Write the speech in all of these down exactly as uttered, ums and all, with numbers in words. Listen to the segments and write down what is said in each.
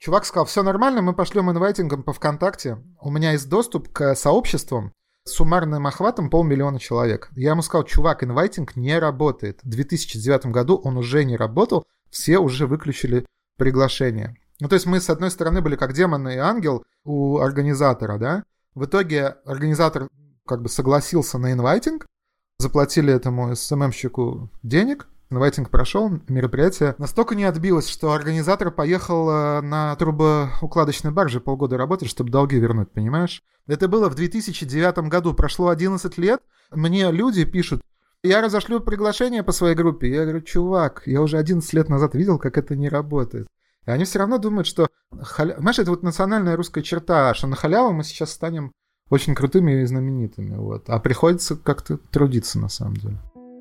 Чувак сказал, все нормально, мы пошлем инвайтингом по ВКонтакте. У меня есть доступ к сообществам с суммарным охватом полмиллиона человек. Я ему сказал, чувак, инвайтинг не работает. В две тысячи девятом году он уже не работал, все уже выключили приглашение. Ну, то есть мы, с одной стороны, были как демон и ангел у организатора, да. В итоге организатор как бы согласился на инвайтинг, заплатили этому эс эм эм-щику денег, инвайтинг прошел, мероприятие настолько не отбилось, что организатор поехал на трубоукладочной барже полгода работать, чтобы долги вернуть, понимаешь? Это было в две тысячи девятом году, прошло одиннадцать лет, мне люди пишут, я разошлю приглашение по своей группе. Я говорю, чувак, я уже одиннадцать лет назад видел, как это не работает. И они все равно думают, что... Халя... Знаешь, это вот национальная русская черта, что на халяву мы сейчас станем очень крутыми и знаменитыми. Вот. А приходится как-то трудиться на самом деле.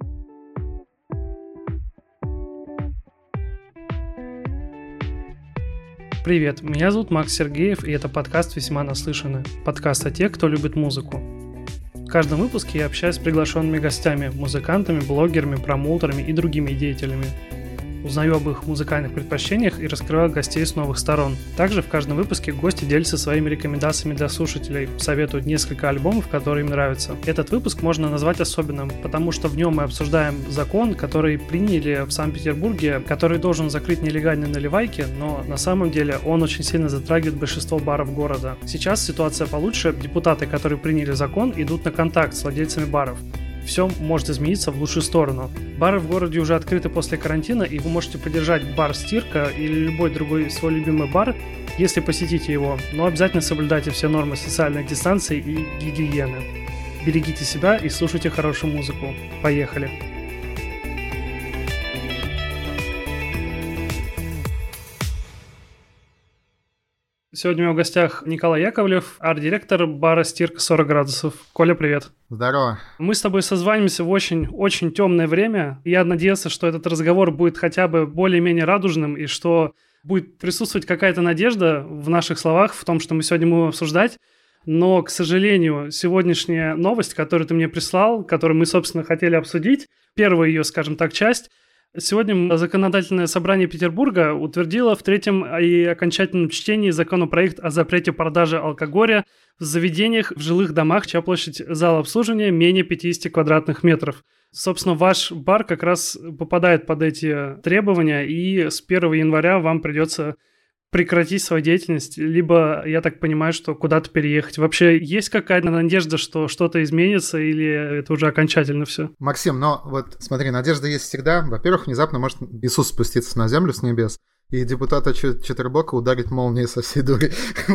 Привет, меня зовут Макс Сергеев, и это подкаст «Весьма наслышаны». Подкаст о тех, кто любит музыку. В каждом выпуске я общаюсь с приглашенными гостями, музыкантами, блогерами, промоутерами и другими деятелями. Узнаю об их музыкальных предпочтениях и раскрываю гостей с новых сторон. Также в каждом выпуске гости делятся своими рекомендациями для слушателей, советуют несколько альбомов, которые им нравятся. Этот выпуск можно назвать особенным, потому что в нем мы обсуждаем закон, который приняли в Санкт-Петербурге, который должен закрыть нелегальные наливайки, но на самом деле он очень сильно затрагивает большинство баров города. Сейчас ситуация получше, депутаты, которые приняли закон, идут на контакт с владельцами баров. Все может измениться в лучшую сторону. Бары в городе уже открыты после карантина, и вы можете поддержать бар «Стирка» или любой другой свой любимый бар, если посетите его, но обязательно соблюдайте все нормы социальной дистанции и гигиены. Берегите себя и слушайте хорошую музыку. Поехали! Сегодня у меня в гостях Николай Яковлев, арт-директор бара «Стирка сорок градусов». Коля, привет. Здорово. Мы с тобой созванимся в очень-очень темное время. Я надеялся, что этот разговор будет хотя бы более-менее радужным и что будет присутствовать какая-то надежда в наших словах, в том, что мы сегодня будем обсуждать. Но, к сожалению, сегодняшняя новость, которую ты мне прислал, которую мы, собственно, хотели обсудить, первая ее, скажем так, часть, сегодня Законодательное собрание Петербурга утвердило в третьем и окончательном чтении законопроект о запрете продажи алкоголя в заведениях в жилых домах, чья площадь зала обслуживания менее пятьдесят квадратных метров. Собственно, ваш бар как раз попадает под эти требования, и с первого января вам придется прекратить свою деятельность, либо, я так понимаю, что куда-то переехать. Вообще, есть какая-то надежда, что что-то изменится, или это уже окончательно все? Максим, но вот смотри, надежда есть всегда. Во-первых, внезапно может Иисус спуститься на землю с небес, и депутата Четвербока ударить молнией со всей дури.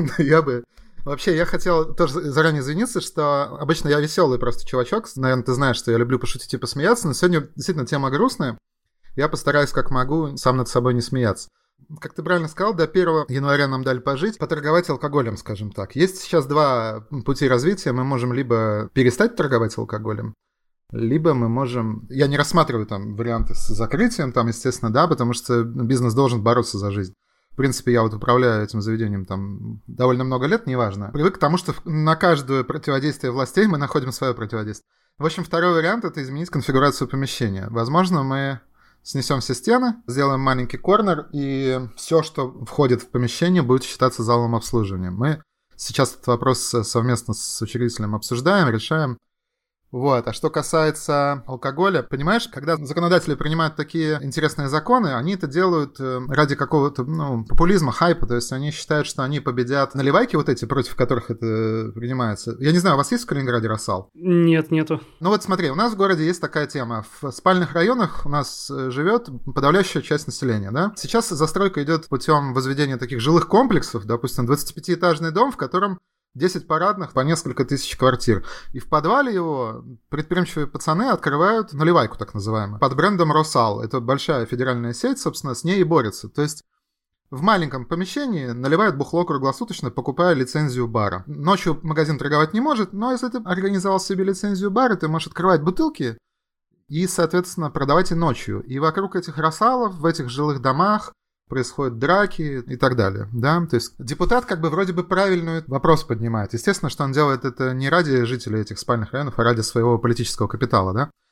Я бы... Вообще, я хотел тоже заранее извиниться, что обычно я веселый просто чувачок. Наверное, ты знаешь, что я люблю пошутить и посмеяться, но сегодня действительно тема грустная. Я постараюсь, как могу, сам над собой не смеяться. Как ты правильно сказал, до первого января нам дали пожить, поторговать алкоголем, скажем так. Есть сейчас два пути развития. Мы можем либо перестать торговать алкоголем, либо мы можем... Я не рассматриваю там варианты с закрытием, там, естественно, да, потому что бизнес должен бороться за жизнь. В принципе, я вот управляю этим заведением там довольно много лет, неважно. Привык к тому, что на каждое противодействие властей мы находим свое противодействие. В общем, второй вариант — это изменить конфигурацию помещения. Возможно, мы... снесем все стены, сделаем маленький корнер, и все, что входит в помещение, будет считаться залом обслуживания. Мы сейчас этот вопрос совместно с учредителем обсуждаем, решаем. Вот. А что касается алкоголя, понимаешь, когда законодатели принимают такие интересные законы, они это делают ради какого-то, ну, популизма, хайпа, то есть они считают, что они победят наливайки вот эти, против которых это принимается. Я не знаю, у вас есть в Калининграде Росал? Нет, нету. Ну вот смотри, у нас в городе есть такая тема. В спальных районах у нас живет подавляющая часть населения, да? Сейчас застройка идет путем возведения таких жилых комплексов, допустим, двадцатипятиэтажный дом, в котором десять парадных по несколько тысяч квартир. И в подвале его предприимчивые пацаны открывают наливайку, так называемую, под брендом «Росал». Это большая федеральная сеть, собственно, с ней и борется. То есть в маленьком помещении наливают бухло круглосуточно, покупая лицензию бара. Ночью магазин торговать не может, но если ты организовал себе лицензию бара, ты можешь открывать бутылки и, соответственно, продавать и ночью. И вокруг этих «Росалов», в этих жилых домах происходят драки и так далее, да, то есть депутат как бы вроде бы правильный вопрос поднимает. Естественно, что он делает это не ради жителей этих спальных районов, а ради своего политического капитала, да.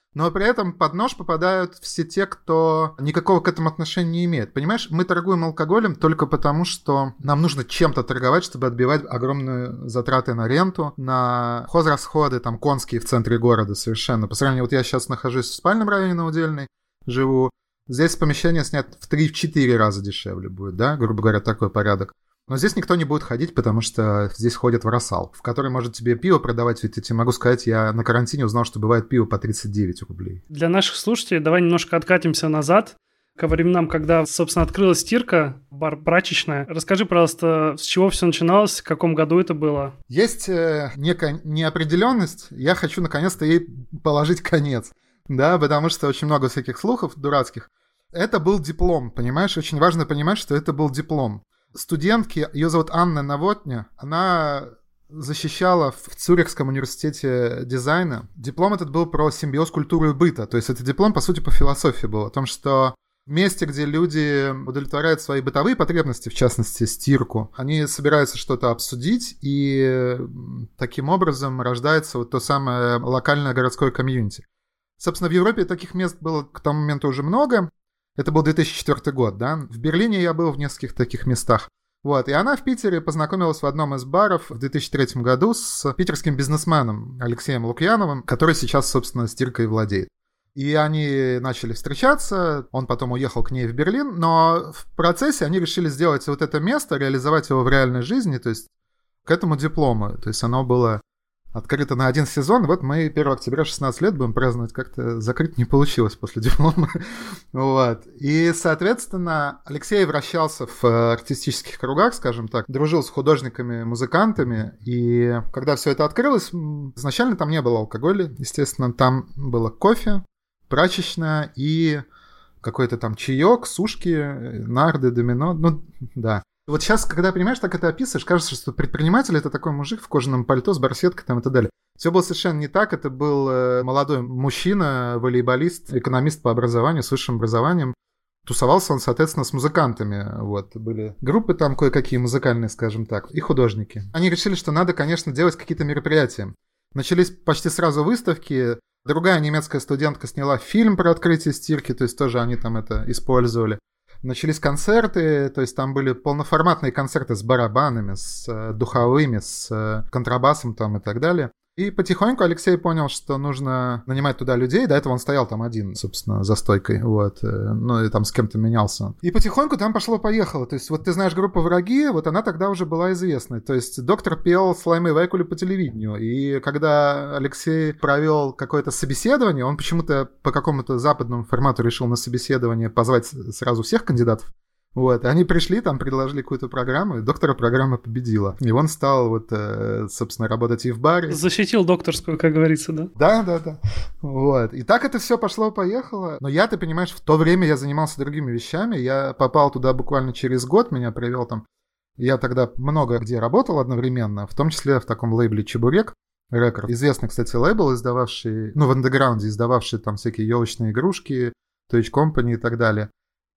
но при этом под нож попадают все те, кто никакого к этому отношения не имеет. Понимаешь, мы торгуем алкоголем только потому, что нам нужно чем-то торговать, чтобы отбивать огромные затраты на ренту, на хозрасходы, там, конские в центре города совершенно. По сравнению, вот я сейчас нахожусь в спальном районе на Удельной, живу, здесь помещение снято в три-четыре раза дешевле будет, да, грубо говоря, такой порядок. Но здесь никто не будет ходить, потому что здесь ходит в Росал, в который может тебе пиво продавать. Ведь я тебе могу сказать, я на карантине узнал, что бывает пиво по тридцать девять рублей. Для наших слушателей давай немножко откатимся назад, ко временам, когда, собственно, открылась стирка, бар прачечная. Расскажи, пожалуйста, с чего все начиналось, в каком году это было? Есть э, некая неопределенность. Я хочу наконец-то ей положить конец, да, потому что очень много всяких слухов дурацких. Это был диплом, понимаешь? Очень важно понимать, что это был диплом. Студентки, ее зовут Анна Новотня, она защищала в Цюрихском университете дизайна. Диплом этот был про симбиоз культуры и быта. То есть это диплом, по сути, по философии был. О том, что в месте, где люди удовлетворяют свои бытовые потребности, в частности, стирку, они собираются что-то обсудить, и таким образом рождается вот то самое локальное городское комьюнити. Собственно, в Европе таких мест было к тому моменту уже много. Это был две тысячи четвёртый год, да. В Берлине я был в нескольких таких местах. Вот, и она в Питере познакомилась в одном из баров в две тысячи третьем году с питерским бизнесменом Алексеем Лукьяновым, который сейчас, собственно, стиркой владеет. И они начали встречаться, он потом уехал к ней в Берлин, но в процессе они решили сделать вот это место, реализовать его в реальной жизни, то есть к этому диплому. То есть оно было открыто на один сезон. Вот мы первого октября шестнадцать лет будем праздновать. Как-то закрыть не получилось после диплома. Вот. И, соответственно, Алексей вращался в артистических кругах, скажем так, дружил с художниками, музыкантами. И когда все это открылось, изначально там не было алкоголя. Естественно, там было кофе, прачечная и какой-то там чаек, сушки, нарды, домино. Ну, да. Вот сейчас, когда, понимаешь, так это описываешь, кажется, что предприниматель — это такой мужик в кожаном пальто с барсеткой там и так далее. Все было совершенно не так. Это был молодой мужчина, волейболист, экономист по образованию, с высшим образованием. Тусовался он, соответственно, с музыкантами. Вот. Были группы там кое-какие музыкальные, скажем так, и художники. Они решили, что надо, конечно, делать какие-то мероприятия. Начались почти сразу выставки. Другая немецкая студентка сняла фильм про открытие стирки, то есть тоже они там это использовали. Начались концерты, то есть там были полноформатные концерты с барабанами, с духовыми, с контрабасом там и так далее. И потихоньку Алексей понял, что нужно нанимать туда людей. До этого он стоял там один, собственно, за стойкой, вот, ну и там с кем-то менялся. И потихоньку там пошло-поехало. То есть вот ты знаешь группу «Враги», вот она тогда уже была известной. То есть доктор пел «Слаймы Вайкули» по телевидению. И когда Алексей провел какое-то собеседование, он почему-то по какому-то западному формату решил на собеседование позвать сразу всех кандидатов. Вот, и они пришли, там предложили какую-то программу, и доктора программа победила. И он стал вот, собственно, работать и в баре. Защитил докторскую, как говорится, да? Да, да, да. Вот. И так это все пошло-поехало. Но я, ты понимаешь, в то время я занимался другими вещами. Я попал туда буквально через год, меня привел там. Я тогда много где работал одновременно, в том числе в таком лейбле «Чебурек». Рекорд. Известный, кстати, лейбл, издававший, ну, в андеграунде, издававший там всякие елочные игрушки, Toy Company и так далее.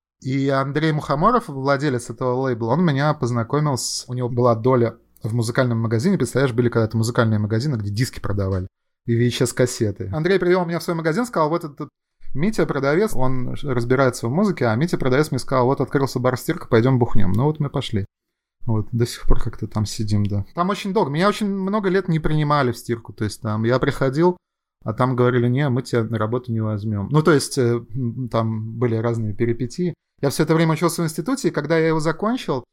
И Андрей Мухоморов, владелец этого лейбла, он меня познакомил с... У него была доля в музыкальном магазине. Представляешь, были когда-то музыкальные магазины, где диски продавали и ви эйч эс-кассеты. Андрей привел меня в свой магазин, сказал, вот этот Митя продавец, он разбирается в музыке, а Митя продавец мне сказал, вот открылся бар «Стирка, пойдем бухнем». Ну вот мы пошли. Вот, до сих пор как-то там сидим, да. Там очень долго. Меня очень много лет не принимали в стирку. То есть там я приходил, а там говорили, не, мы тебя на работу не возьмем. Ну, то есть там были разные перипетии. Я все это время учился в институте, и когда я его закончил,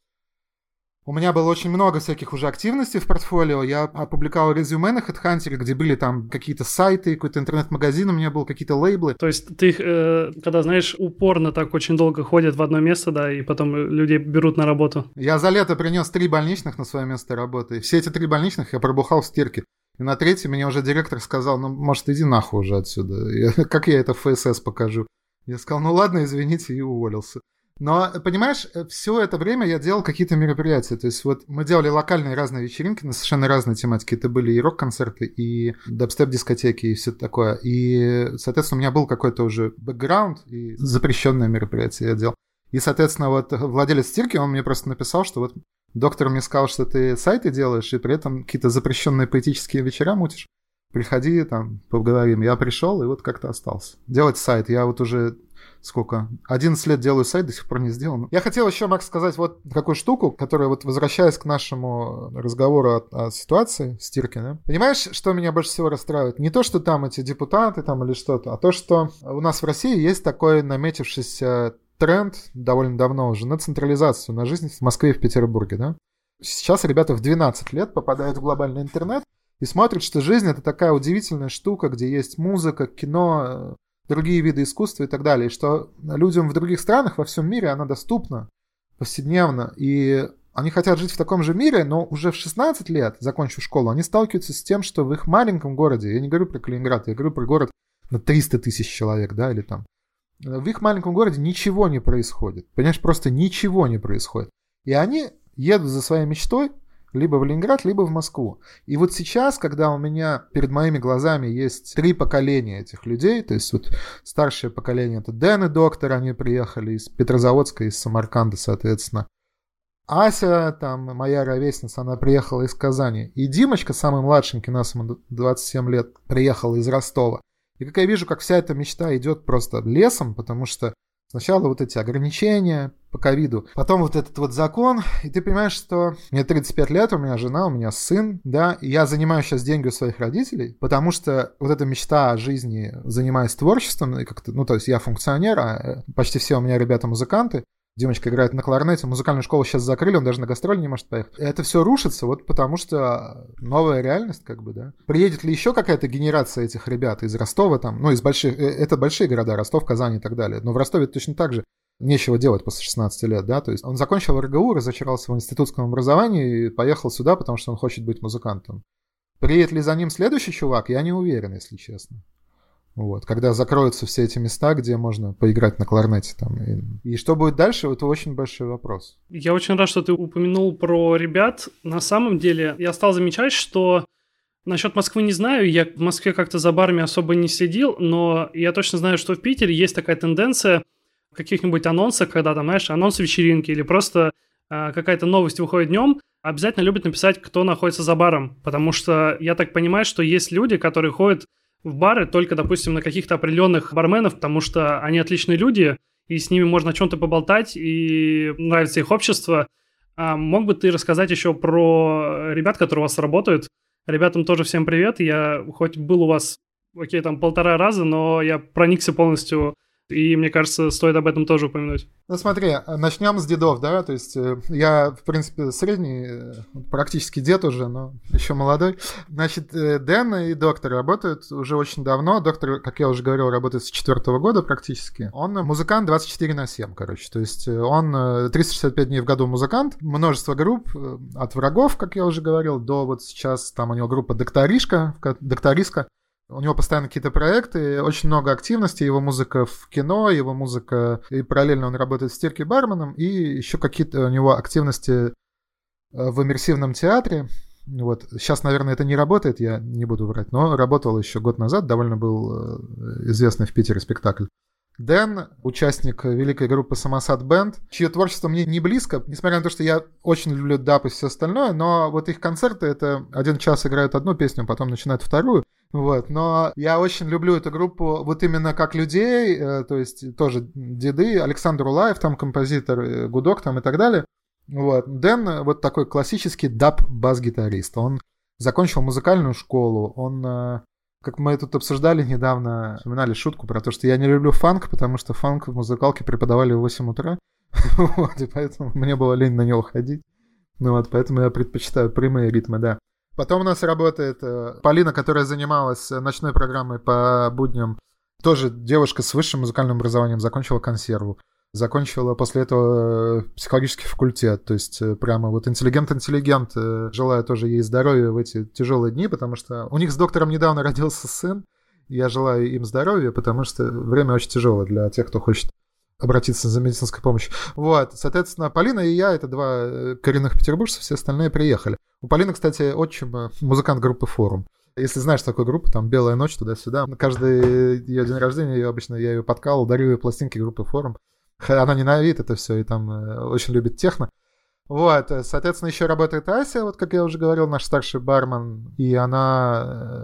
у меня было очень много всяких уже активностей в портфолио. Я опубликовал резюме на HeadHunter, где были там какие-то сайты, какой-то интернет-магазин, у меня были какие-то лейблы. То есть ты, э, когда, знаешь, упорно так очень долго ходят в одно место, да, и потом людей берут на работу. Я за лето принес три больничных на свое место работы. И все эти три больничных я пробухал в стирке. И на третьем мне уже директор сказал, ну, может, иди нахуй уже отсюда. Я, как я это в эф эс эс покажу? Я сказал, ну ладно, извините, и уволился. Но, понимаешь, все это время я делал какие-то мероприятия. То есть вот мы делали локальные разные вечеринки на совершенно разные тематики. Это были и рок-концерты, и дабстеп-дискотеки, и все такое. И, соответственно, у меня был какой-то уже бэкграунд, и запрещенное мероприятие я делал. И, соответственно, вот владелец стирки, он мне просто написал, что вот доктор мне сказал, что ты сайты делаешь, и при этом какие-то запрещенные поэтические вечера мутишь. приходи, там, поговорим. Я пришел и вот как-то остался. Делать сайт. Я вот уже сколько? одиннадцать лет делаю сайт, до сих пор не сделан. Я хотел еще, Макс, сказать вот такую штуку, которая вот, возвращаясь к нашему разговору о, о ситуации в стирке, да? Понимаешь, что меня больше всего расстраивает? Не то, что там эти депутаты там или что-то, а то, что у нас в России есть такой наметившийся тренд довольно давно уже на централизацию, на жизнь в Москве и в Петербурге, да? Сейчас ребята в двенадцать лет попадают в глобальный интернет и смотрят, что жизнь — это такая удивительная штука, где есть музыка, кино, другие виды искусства и так далее, и что людям в других странах во всем мире она доступна повседневно, и они хотят жить в таком же мире, но уже в шестнадцать лет, закончив школу, они сталкиваются с тем, что в их маленьком городе, я не говорю про Калининград, я говорю про город на триста тысяч человек, да, или там, в их маленьком городе ничего не происходит, понимаешь, просто ничего не происходит, и они едут за своей мечтой либо в Ленинград, либо в Москву. И вот сейчас, когда у меня перед моими глазами есть три поколения этих людей, то есть вот старшее поколение — это Дэн и Доктор, они приехали из Петрозаводска, из Самарканда, соответственно. Ася, там, моя ровесница, она приехала из Казани. И Димочка, самый младшенький, нас ему двадцать семь лет, приехал из Ростова. И как я вижу, как вся эта мечта идет просто лесом, потому что сначала вот эти ограничения по ковиду, потом вот этот вот закон, и ты понимаешь, что мне тридцать пять лет, у меня жена, у меня сын, да, и я занимаю сейчас деньги у своих родителей, потому что вот эта мечта о жизни, занимаясь творчеством, и как-то, ну, то есть я функционер, а почти все у меня ребята музыканты, Димочка играет на кларнете, музыкальную школу сейчас закрыли, он даже на гастроли не может поехать. Это все рушится, вот потому что новая реальность, как бы, да. Приедет ли еще какая-то генерация этих ребят из Ростова, там, ну, из больших, это большие города, Ростов, Казань и так далее, но в Ростове точно так же нечего делать после шестнадцати лет, да, то есть он закончил РГУ, разочаровался в институтском образовании и поехал сюда, потому что он хочет быть музыкантом. Приедет ли за ним следующий чувак, я не уверен, если честно. Вот, когда закроются все эти места, где можно поиграть на кларнете там. И, и что будет дальше, это очень большой вопрос. Я очень рад, что ты упомянул про ребят. На самом деле, я стал замечать, что насчет Москвы не знаю, я в Москве как-то за барами особо не следил, но я точно знаю, что в Питере есть такая тенденция в каких-нибудь анонсах, когда там, знаешь, анонс вечеринки или просто э, какая-то новость выходит днем, обязательно любят написать, кто находится за баром, потому что я так понимаю, что есть люди, которые ходят в бары только, допустим, на каких-то определенных барменов, потому что они отличные люди, и с ними можно о чем-то поболтать, и нравится их общество. А мог бы ты рассказать еще про ребят, которые у вас работают? Ребятам тоже всем привет. Я хоть был у вас, окей, там полтора раза, но я проникся полностью, и мне кажется, стоит об этом тоже упомянуть. Ну смотри, начнем с дедов, да, то есть я, в принципе, средний, практически дед уже, но еще молодой. Значит, Дэн и Доктор работают уже очень давно. Доктор, как я уже говорил, работает с четвертого года практически. Он музыкант двадцать четыре на семь, короче, то есть он триста шестьдесят пять дней в году музыкант, множество групп, от Врагов, как я уже говорил, до вот сейчас там у него группа Докторишка, Докториска. У него постоянно какие-то проекты, очень много активности, его музыка в кино, его музыка, и параллельно он работает в стирке барменом, и еще какие-то у него активности в иммерсивном театре. Вот. Сейчас, наверное, это не работает, я не буду врать, но работал еще год назад, довольно был известный в Питере спектакль. Дэн, участник великой группы Самосад Бэнд, чье творчество мне не близко, несмотря на то, что я очень люблю даб и все остальное, но вот их концерты, это один час играют одну песню, потом начинают вторую, вот, но я очень люблю эту группу вот именно как людей, то есть тоже деды, Александр Улаев, там композитор, Гудок там и так далее, вот. Дэн вот такой классический даб-бас-гитарист, он закончил музыкальную школу, он... Как мы тут обсуждали недавно, вспоминали шутку про то, что я не люблю фанк, потому что фанк в музыкалке преподавали в восемь утра, вот, и поэтому мне было лень на него ходить, ну вот, поэтому я предпочитаю прямые ритмы, да. Потом у нас работает Полина, которая занималась ночной программой по будням, тоже девушка с высшим музыкальным образованием, закончила консерву. Закончила после этого психологический факультет, то есть прямо вот интеллигент-интеллигент, желаю тоже ей здоровья в эти тяжелые дни, потому что у них с доктором недавно родился сын, я желаю им здоровья, потому что время очень тяжелое для тех, кто хочет обратиться за медицинской помощью. Вот, соответственно, Полина и я, это два коренных петербуржца, все остальные приехали. У Полины, кстати, отчим, музыкант группы «Форум». Если знаешь такую группу, там «Белая ночь», туда-сюда, на каждый ее день рождения я обычно я ее подкалывал, дарю ей пластинки группы «Форум». Она ненавидит это все и там э, очень любит техно. Вот, соответственно, еще работает Ася, вот как я уже говорил, наш старший бармен, и она э,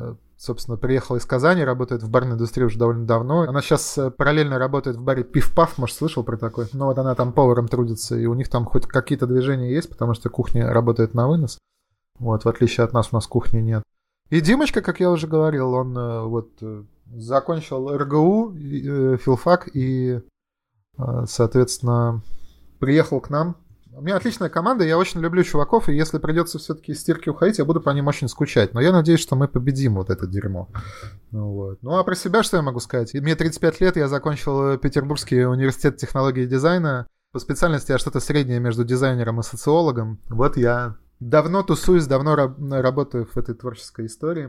собственно, приехала из Казани, работает в барной индустрии уже довольно давно. Она сейчас параллельно работает в баре Пиф-Паф, может, слышал про такой? Ну вот она там поваром трудится, и у них там хоть какие-то движения есть, потому что кухня работает на вынос. Вот, в отличие от нас, у нас кухни нет. И Димочка, как я уже говорил, он вот закончил эр гэ у, филфак, и, соответственно, приехал к нам. У меня отличная команда, я очень люблю чуваков, и если придется все-таки из стирки уходить, я буду по ним очень скучать. Но я надеюсь, что мы победим вот это дерьмо. Ну, вот. Ну а про себя что я могу сказать? Мне тридцать пять лет, я закончил Петербургский университет технологии и дизайна. По специальности я что-то среднее между дизайнером и социологом. Вот я давно тусуюсь, давно раб- работаю в этой творческой истории.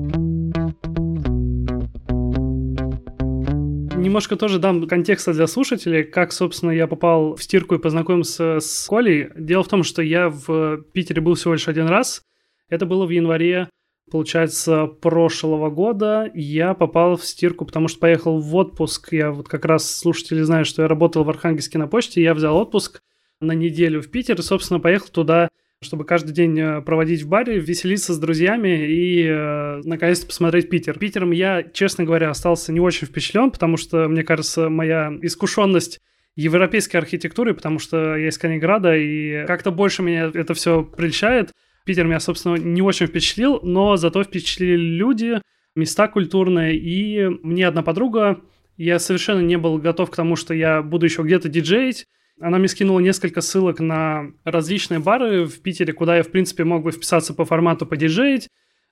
Немножко тоже дам контекста для слушателей, как, собственно, я попал в стирку и познакомился с Колей. Дело в том, что я в Питере был всего лишь один раз. Это было в январе, получается, прошлого года. Я попал в стирку, потому что поехал в отпуск. Я вот как раз, слушатели знают, что я работал в Архангельске на почте. Я взял отпуск на неделю в Питер и, собственно, поехал туда, чтобы каждый день проводить в баре, веселиться с друзьями и, э, наконец-то, посмотреть Питер. Питером я, честно говоря, остался не очень впечатлен, потому что, мне кажется, моя искушенность европейской архитектурой, потому что я из Калининграда, и как-то больше меня это все прельщает. Питер меня, собственно, не очень впечатлил, но зато впечатлили люди, места культурные, и мне одна подруга, я совершенно не был готов к тому, что я буду еще где-то диджеить. Она мне скинула несколько ссылок на различные бары в Питере, куда я, в принципе, мог бы вписаться по формату подиджеить.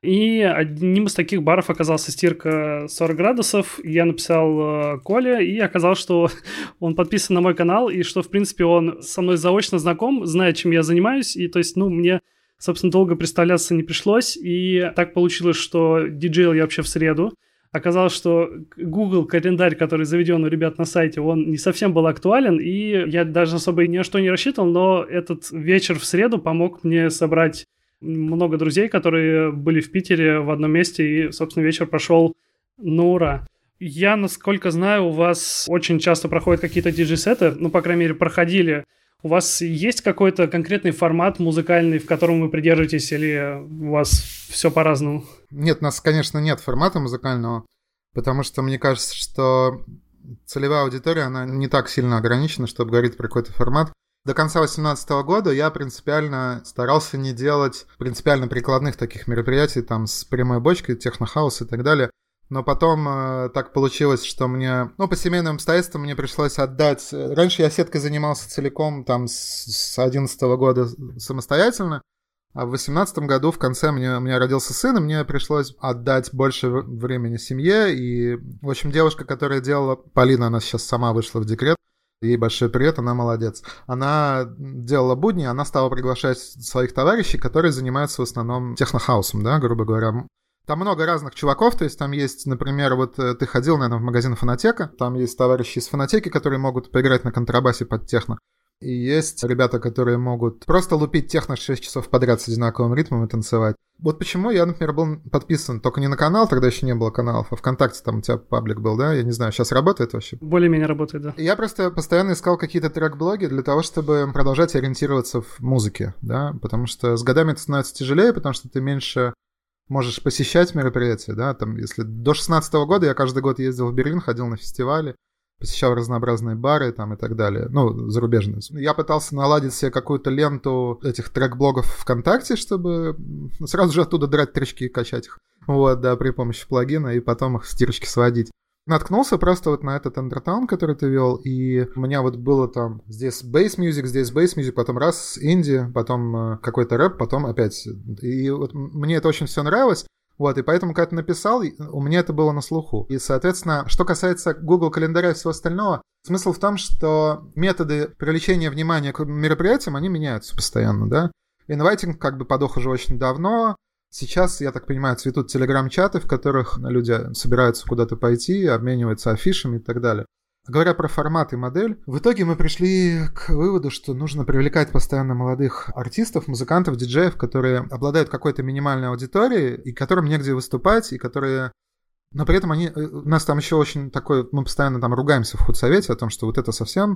И одним из таких баров оказался стирка сорок градусов. Я написал Коле, и оказалось, что он подписан на мой канал, и что, в принципе, он со мной заочно знаком, знает, чем я занимаюсь. И, то есть, ну, мне, собственно, долго представляться не пришлось. И так получилось, что диджейл я вообще в среду. Оказалось, что Google календарь, который заведен у ребят на сайте, он не совсем был актуален, и я даже особо ни на что не рассчитывал, но этот вечер в среду помог мне собрать много друзей, которые были в Питере в одном месте, и, собственно, вечер прошел на ура. Я, насколько знаю, у вас очень часто проходят какие-то диджей-сеты, ну, по крайней мере, проходили. У вас есть какой-то конкретный формат музыкальный, в котором вы придерживаетесь, или у вас все по-разному? Нет, у нас, конечно, нет формата музыкального, потому что мне кажется, что целевая аудитория, она не так сильно ограничена, чтобы говорить про какой-то формат. До конца две тысячи восемнадцатого года я принципиально старался не делать принципиально прикладных таких мероприятий, там, с прямой бочкой, технохаус и так далее. Но потом э, так получилось, что мне, ну, по семейным обстоятельствам мне пришлось отдать... Раньше я сеткой занимался целиком, там, с две тысячи одиннадцатого года самостоятельно, а в две тысячи восемнадцатом году в конце мне, у меня родился сын, и мне пришлось отдать больше времени семье. И, в общем, девушка, которая делала... Полина, она сейчас сама вышла в декрет, ей большой привет, она молодец. Она делала будни, она стала приглашать своих товарищей, которые занимаются в основном технохаусом, да, грубо говоря. Там много разных чуваков, то есть там есть, например, вот ты ходил, наверное, в магазин Фонотека, там есть товарищи из Фонотеки, которые могут поиграть на контрабасе под техно, и есть ребята, которые могут просто лупить техно шесть часов подряд с одинаковым ритмом и танцевать. Вот почему я, например, был подписан только не на канал, тогда еще не было каналов, а ВКонтакте там у тебя паблик был, да? Я не знаю, сейчас работает вообще? Более-менее работает, да. Я просто постоянно искал какие-то трек-блоги для того, чтобы продолжать ориентироваться в музыке, да, потому что с годами это становится тяжелее, потому что ты меньше... можешь посещать мероприятия, да, там, если до шестнадцатого года я каждый год ездил в Берлин, ходил на фестивали, посещал разнообразные бары там и так далее, ну, зарубежные. Я пытался наладить себе какую-то ленту этих трек-блогов ВКонтакте, чтобы сразу же оттуда драть тречки и качать их, вот, да, при помощи плагина, и потом их в стирочке сводить. Наткнулся просто вот на этот Undertown, который ты вел, и у меня вот было там здесь bass music, здесь bass music, потом раз инди, потом какой-то рэп, потом опять. И вот мне это очень все нравилось, вот, и поэтому, когда ты написал, у меня это было на слуху. И, соответственно, что касается Google календаря и всего остального, смысл в том, что методы привлечения внимания к мероприятиям, они меняются постоянно, да. Инвайтинг как бы подох уже очень давно. Сейчас, я так понимаю, цветут телеграм-чаты, в которых люди собираются куда-то пойти, обмениваются афишами и так далее. Говоря про формат и модель, в итоге мы пришли к выводу, что нужно привлекать постоянно молодых артистов, музыкантов, диджеев, которые обладают какой-то минимальной аудиторией, и которым негде выступать, и которые... Но при этом они... У нас там еще очень такой... Мы постоянно там ругаемся в худсовете о том, что вот это совсем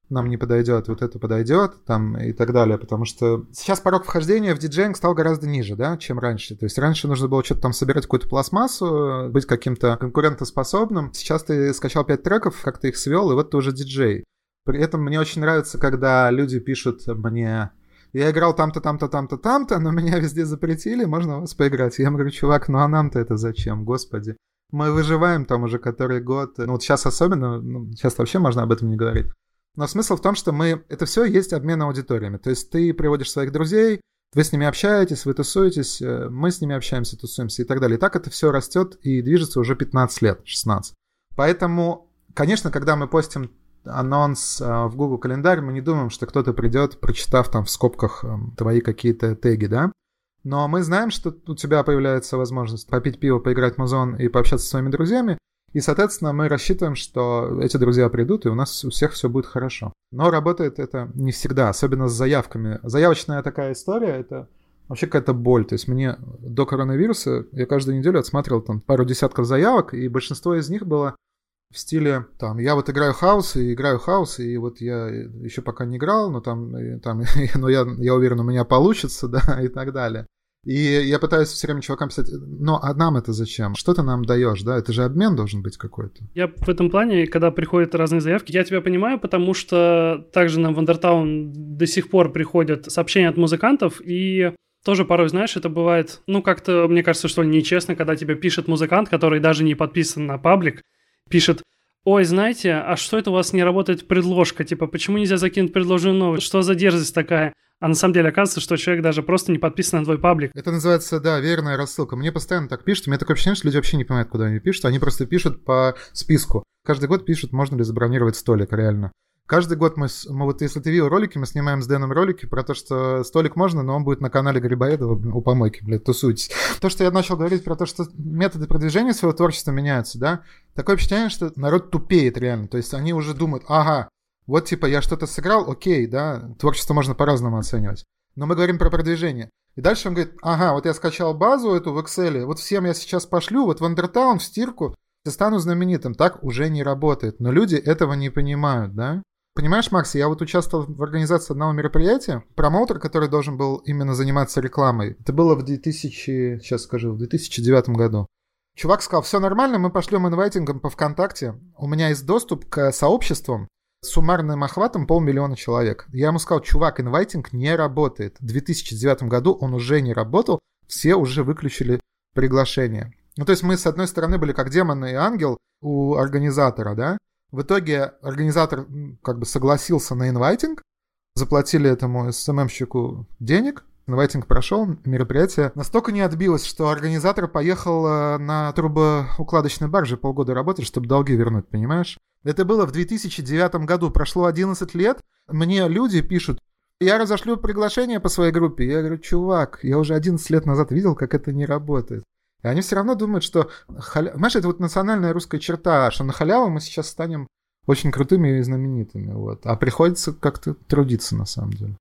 нам не подойдет, вот это подойдет, там, и так далее, потому что сейчас порог вхождения в диджеинг стал гораздо ниже, да, чем раньше. То есть раньше нужно было что-то там собирать, какую-то пластмассу, быть каким-то конкурентоспособным. Сейчас ты скачал пять треков, как ты их свел, и вот ты уже диджей. При этом мне очень нравится, когда люди пишут мне: я играл там-то, там-то, там-то, там-то, но меня везде запретили, можно у вас поиграть? Я говорю: чувак, ну а нам-то это зачем, господи? Мы выживаем там уже который год. Ну вот сейчас особенно, ну, сейчас вообще можно об этом не говорить. Но смысл в том, что мы... Это все есть обмен аудиториями. То есть ты приводишь своих друзей, вы с ними общаетесь, вы тусуетесь, мы с ними общаемся, тусуемся и так далее. И так это все растет и движется уже пятнадцать лет, шестнадцать. Поэтому, конечно, когда мы постим анонс в Google календарь, мы не думаем, что кто-то придет, прочитав там в скобках твои какие-то теги, да? Но мы знаем, что у тебя появляется возможность попить пиво, поиграть в музон и пообщаться со своими друзьями. И, соответственно, мы рассчитываем, что эти друзья придут, и у нас у всех все будет хорошо. Но работает это не всегда, особенно с заявками. Заявочная такая история, это вообще какая-то боль. То есть мне до коронавируса я каждую неделю отсматривал там пару десятков заявок, и большинство из них было в стиле, там, я вот играю хаус, и играю хаус, и вот я еще пока не играл, но там, там но я, я уверен, у меня получится, да, и так далее. И я пытаюсь все время чувакам писать: но а нам это зачем? Что ты нам даешь, да? Это же обмен должен быть какой-то. Я в этом плане, когда приходят разные заявки, я тебя понимаю, потому что также нам в Undertown до сих пор приходят сообщения от музыкантов, и тоже порой, знаешь, это бывает, ну, как-то, мне кажется, что ли, нечестно, когда тебе пишет музыкант, который даже не подписан на паблик, пишет: ой, знаете, а что это у вас не работает предложка? Типа, почему нельзя закинуть предложенную новость? Что за дерзость такая? А на самом деле оказывается, что человек даже просто не подписан на твой паблик. Это называется, да, верная рассылка. Мне постоянно так пишут. У меня такое ощущение, что люди вообще не понимают, куда они пишут. Они просто пишут по списку. Каждый год пишут, можно ли забронировать столик, реально. Каждый год мы, мы вот если ты видел ролики, мы снимаем с Дэном ролики про то, что столик можно, но он будет на канале Грибоедова у помойки, блядь, тусуйтесь. То, что я начал говорить про то, что методы продвижения своего творчества меняются, да, такое впечатление, что народ тупеет реально. То есть они уже думают: ага, вот типа я что-то сыграл, окей, да, творчество можно по-разному оценивать. Но мы говорим про продвижение. И дальше он говорит: ага, вот я скачал базу эту в Excel, вот всем я сейчас пошлю, вот в Undertown, в стирку, я стану знаменитым. Так уже не работает. Но люди этого не понимают, да. Понимаешь, Макс, я вот участвовал в организации одного мероприятия. Промоутер, который должен был именно заниматься рекламой, это было в две тысячи, сейчас скажу, в две тысячи девятом году. Чувак сказал: все нормально, мы пошлем инвайтингом по ВКонтакте. У меня есть доступ к сообществам с суммарным охватом полмиллиона человек. Я ему сказал: чувак, инвайтинг не работает. В две тысячи девятом году он уже не работал, все уже выключили приглашение. Ну, то есть мы, с одной стороны, были как демон и ангел у организатора, да. В итоге организатор как бы согласился на инвайтинг, заплатили этому эс эм эм-щику денег, инвайтинг прошел, мероприятие настолько не отбилось, что организатор поехал на трубоукладочной барже полгода работать, чтобы долги вернуть, понимаешь? Это было в две тысячи девятом году, прошло одиннадцать лет, мне люди пишут: я разошлю приглашение по своей группе. Я говорю: чувак, я уже одиннадцать лет назад видел, как это не работает. И они все равно думают, что... Халя... Знаешь, это вот национальная русская черта, что на халяву мы сейчас станем очень крутыми и знаменитыми. Вот. А приходится как-то трудиться, на самом деле.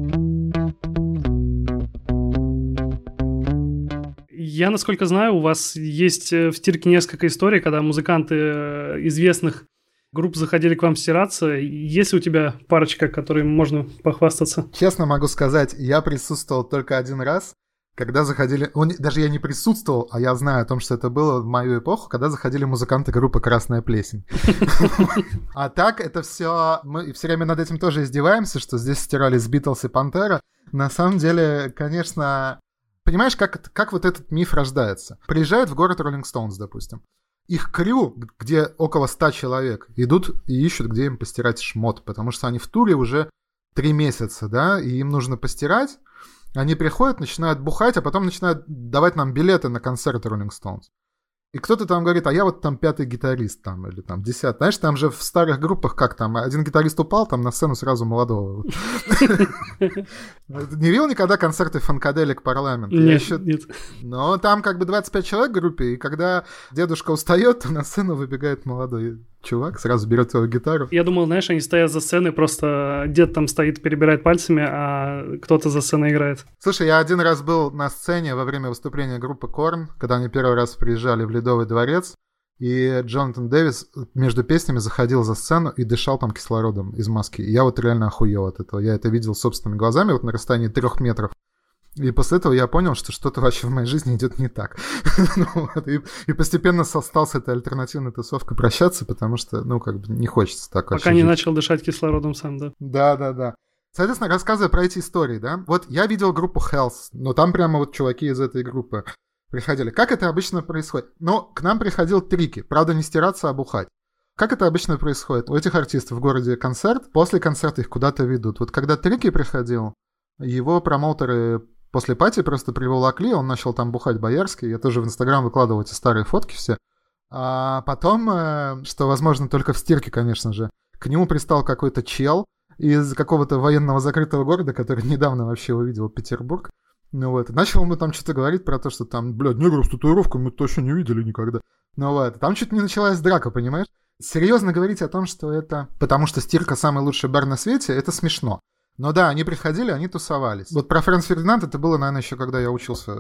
Я, насколько знаю, у вас есть в стирке несколько историй, когда музыканты известных групп заходили к вам стираться. Есть ли у тебя парочка, которой можно похвастаться? Честно могу сказать, я присутствовал только один раз, когда заходили... Даже я не присутствовал, а я знаю о том, что это было в мою эпоху, когда заходили музыканты группы «Красная плесень». А так это все... Мы все время над этим тоже издеваемся, что здесь стирались Битлз и Пантера. На самом деле, конечно... Понимаешь, как, как вот этот миф рождается? Приезжают в город Rolling Stones, допустим. Их крю, где около ста человек, идут и ищут, где им постирать шмот, потому что они в туре уже три месяца, да, и им нужно постирать. Они приходят, начинают бухать, а потом начинают давать нам билеты на концерты Rolling Stones. И кто-то там говорит: а я вот там пятый гитарист там, или там десятый. Знаешь, там же в старых группах как там, один гитарист упал, там на сцену сразу молодого. Не видел никогда концерты Фанкаделик Парламент? Нет, нет. Но там как бы двадцать пять человек в группе, и когда дедушка устает, то на сцену выбегает молодой чувак, сразу берет твою гитару. Я думал, знаешь, они стоят за сценой, просто дед там стоит, перебирает пальцами, а кто-то за сценой играет. Слушай, я один раз был на сцене во время выступления группы Корн, когда они первый раз приезжали в Ледовый дворец, и Джонатан Дэвис между песнями заходил за сцену и дышал там кислородом из маски. И я вот реально охуел от этого. Я это видел собственными глазами вот на расстоянии трех метров. И после этого я понял, что что-то вообще в моей жизни идет не так. И постепенно стал с этой альтернативной тусовкой прощаться, потому что, ну, как бы не хочется так. Пока не начал дышать кислородом сам, да? Да-да-да. Соответственно, рассказывая про эти истории, да, вот я видел группу Health, но там прямо вот чуваки из этой группы приходили. Как это обычно происходит? Ну, к нам приходил Трики, правда, не стираться, а бухать. Как это обычно происходит? У этих артистов в городе концерт, после концерта их куда-то ведут. Вот когда Трики приходил, его промоутеры после пати просто приволокли, он начал там бухать боярский, я тоже в Инстаграм выкладывал эти старые фотки все. А потом, что возможно только в стирке, конечно же, к нему пристал какой-то чел из какого-то военного закрытого города, который недавно вообще увидел Петербург. Ну вот, начал ему там что-то говорить про то, что там, блядь, негров с татуировкой мы точно не видели никогда. Ну вот, там чуть не началась драка, понимаешь? Серьезно говорить о том, что это... Потому что стирка самый лучший бар на свете, это смешно. Но да, они приходили, они тусовались. Вот про Фрэнс Фердинанд это было, наверное, еще когда я учился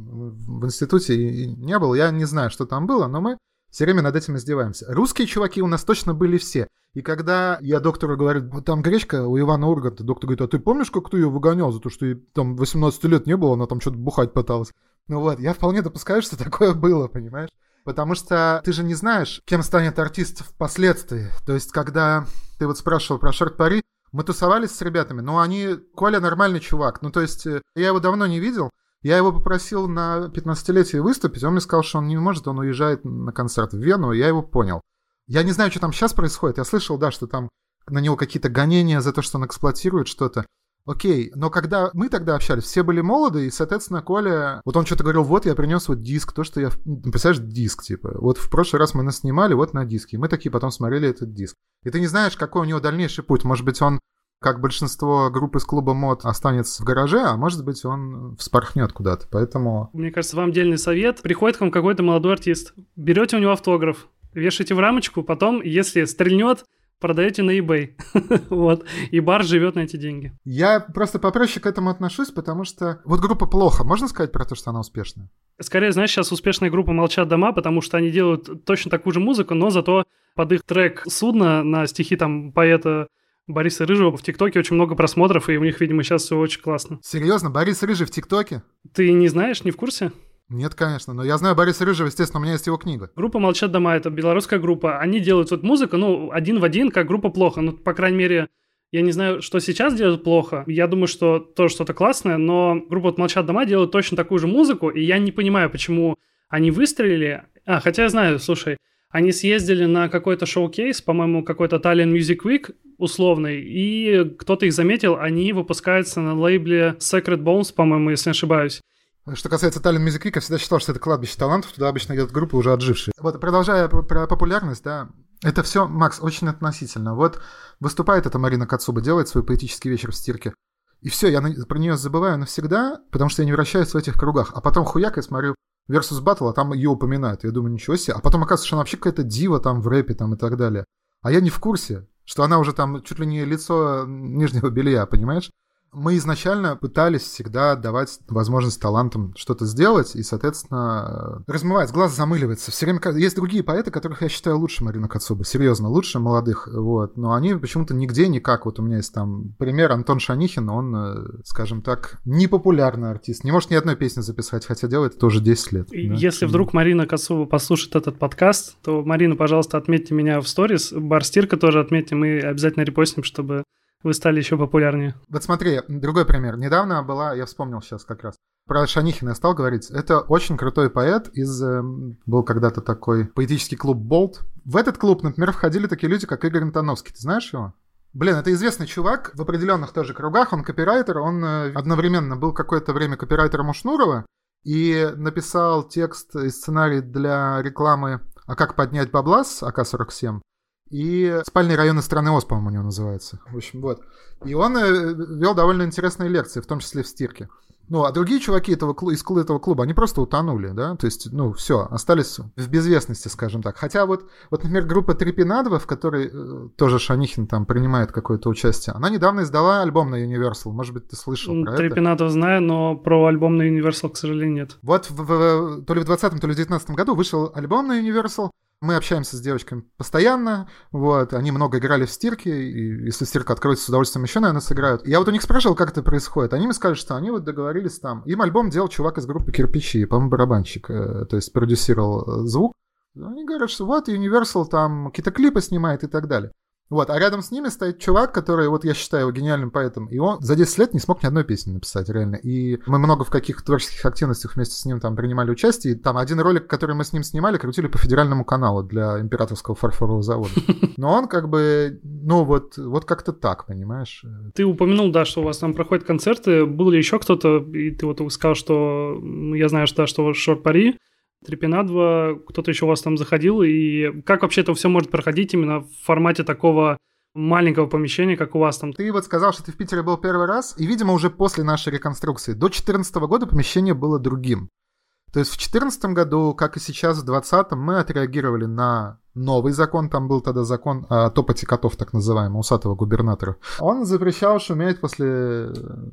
в институте и не был. Я не знаю, что там было, но мы все время над этим издеваемся. Русские чуваки у нас точно были все. И когда я доктору говорю, вот там гречка у Ивана Урганта, доктор говорит, а ты помнишь, как ты ее выгонял за то, что ей там восемнадцати лет не было, она там что-то бухать пыталась? Ну вот, я вполне допускаю, что такое было, понимаешь? Потому что ты же не знаешь, кем станет артист впоследствии. То есть, когда ты вот спрашивал про Шорт Пари, мы тусовались с ребятами, но они... Коля нормальный чувак. Ну, то есть, я его давно не видел. Я его попросил на пятнадцатилетие выступить. Он мне сказал, что он не может, он уезжает на концерт в Вену. Я его понял. Я не знаю, что там сейчас происходит. Я слышал, да, что там на него какие-то гонения за то, что он эксплуатирует что-то. Окей, но когда мы тогда общались, все были молоды, и, соответственно, Коля... Вот он что-то говорил, вот я принес вот диск, то, что я... Представляешь, диск, типа. Вот в прошлый раз мы наснимали вот на диске. И мы такие потом смотрели этот диск. И ты не знаешь, какой у него дальнейший путь. Может быть, он, как большинство групп из клуба мод, останется в гараже, а может быть, он вспорхнет куда-то. Поэтому... Мне кажется, вам дельный совет. Приходит к вам какой-то молодой артист. Берете у него автограф, вешаете в рамочку, потом, если стрельнет, продаете на eBay. Вот. И бар живет на эти деньги. Я просто попроще к этому отношусь, потому что... Вот группа «Плохо». Можно сказать про то, что она успешная? Скорее, знаешь, сейчас успешная группа «Молчат дома», потому что они делают точно такую же музыку, но зато под их трек «Судно» на стихи там поэта Бориса Рыжего в ТикТоке очень много просмотров, и у них, видимо, сейчас все очень классно. Серьезно? Борис Рыжий в ТикТоке? Ты не знаешь, не в курсе? Нет, конечно, но я знаю Бориса Рыжего, естественно, у меня есть его книга. Группа «Молчат дома» — это белорусская группа. Они делают вот музыку, ну, один в один, как группа «Плохо». Ну, по крайней мере, я не знаю, что сейчас делают «Плохо». Я думаю, что тоже что-то классное, но группа вот «Молчат дома» делают точно такую же музыку, и я не понимаю, почему они выстрелили. А, хотя я знаю, слушай, они съездили на какой-то шоу-кейс, по-моему, какой-то Tallinn Music Week условный, и кто-то их заметил, они выпускаются на лейбле Sacred Bones, по-моему, если не ошибаюсь. Что касается Tallinn Music Week, я всегда считал, что это кладбище талантов, туда обычно едут группы уже отжившие. Вот, продолжая про популярность, да, это все, Макс, очень относительно. Вот выступает эта Марина Кацуба, делает свой поэтический вечер в стирке, и все, я про нее забываю навсегда, потому что я не вращаюсь в этих кругах. А потом хуяк, я смотрю Versus Battle, а там ее упоминают, я думаю, ничего себе. А потом оказывается, что она вообще какая-то дива там в рэпе там и так далее. А я не в курсе, что она уже там чуть ли не лицо нижнего белья, понимаешь? Мы изначально пытались всегда давать возможность талантам что-то сделать, и, соответственно, размывается, глаз замыливается. Все время есть другие поэты, которых я считаю лучше Марины Кацубы, серьезно, лучше молодых, вот. Но они почему-то нигде никак. Вот у меня есть там пример Антон Шанихин, он, скажем так, непопулярный артист, не может ни одной песни записать, хотя делает это уже десять лет. Да? Если вдруг Марина Кацуба послушает этот подкаст, то, Марина, пожалуйста, отметьте меня в сторис, бар Стирка тоже отметьте, мы обязательно репостим, чтобы вы стали еще популярнее. Вот смотри, другой пример. Недавно была, я вспомнил сейчас как раз, про Шанихина я стал говорить. Это очень крутой поэт из... Был когда-то такой поэтический клуб «Болт». В этот клуб, например, входили такие люди, как Игорь Антоновский. Ты знаешь его? Блин, это известный чувак в определенных тоже кругах. Он копирайтер. Он одновременно был какое-то время копирайтером у Шнурова и написал текст и сценарий для рекламы «А как поднять бабла» с А К сорок семь. И «Спальные районы страны Оз», по-моему, у него называется. В общем, вот. И он вел довольно интересные лекции, в том числе в стирке. Ну, а другие чуваки этого, из этого клуба, они просто утонули, да, то есть, ну, все, остались в безвестности, скажем так. Хотя вот, вот например, группа Трипинадова, в которой э, тоже Шанихин там принимает какое-то участие, она недавно издала альбом на Universal, может быть, ты слышал про это? Трипинадов знаю, но про альбом на Universal, к сожалению, нет. Вот в, в, то ли в двадцатом, то ли в девятнадцатом году вышел альбом на Universal, Мы общаемся с девочками постоянно, вот, они много играли в стирки, и если стирка откроется, с удовольствием еще, наверное, сыграют. Я вот у них спрашивал, как это происходит. Они мне сказали, что они вот договорились там. Им альбом делал чувак из группы «Кирпичи», по-моему, барабанщик, то есть продюсировал звук. Они говорят, что вот Universal там какие-то клипы снимает и так далее. Вот, а рядом с ними стоит чувак, который, вот я считаю его гениальным поэтом, и он за десять лет не смог ни одной песни написать, реально. И мы много в каких творческих активностях вместе с ним там принимали участие, и там один ролик, который мы с ним снимали, крутили по федеральному каналу для Императорского фарфорового завода. Но он как бы, ну вот, вот как-то так, понимаешь? Ты упомянул, да, что у вас там проходят концерты, был ли еще кто-то, и ты вот сказал, что, ну, я знаю, что, да, что Шор-Пари, Трепинадва, кто-то еще у вас там заходил, и как вообще это все может проходить именно в формате такого маленького помещения, как у вас там? Ты вот сказал, что ты в Питере был первый раз, и, видимо, уже после нашей реконструкции. До две тысячи четырнадцатого года помещение было другим. То есть в две тысячи четырнадцатом году, как и сейчас в две тысячи двадцатом, мы отреагировали на новый закон, там был тогда закон о топоте котов, так называемый, усатого губернатора. Он запрещал шуметь после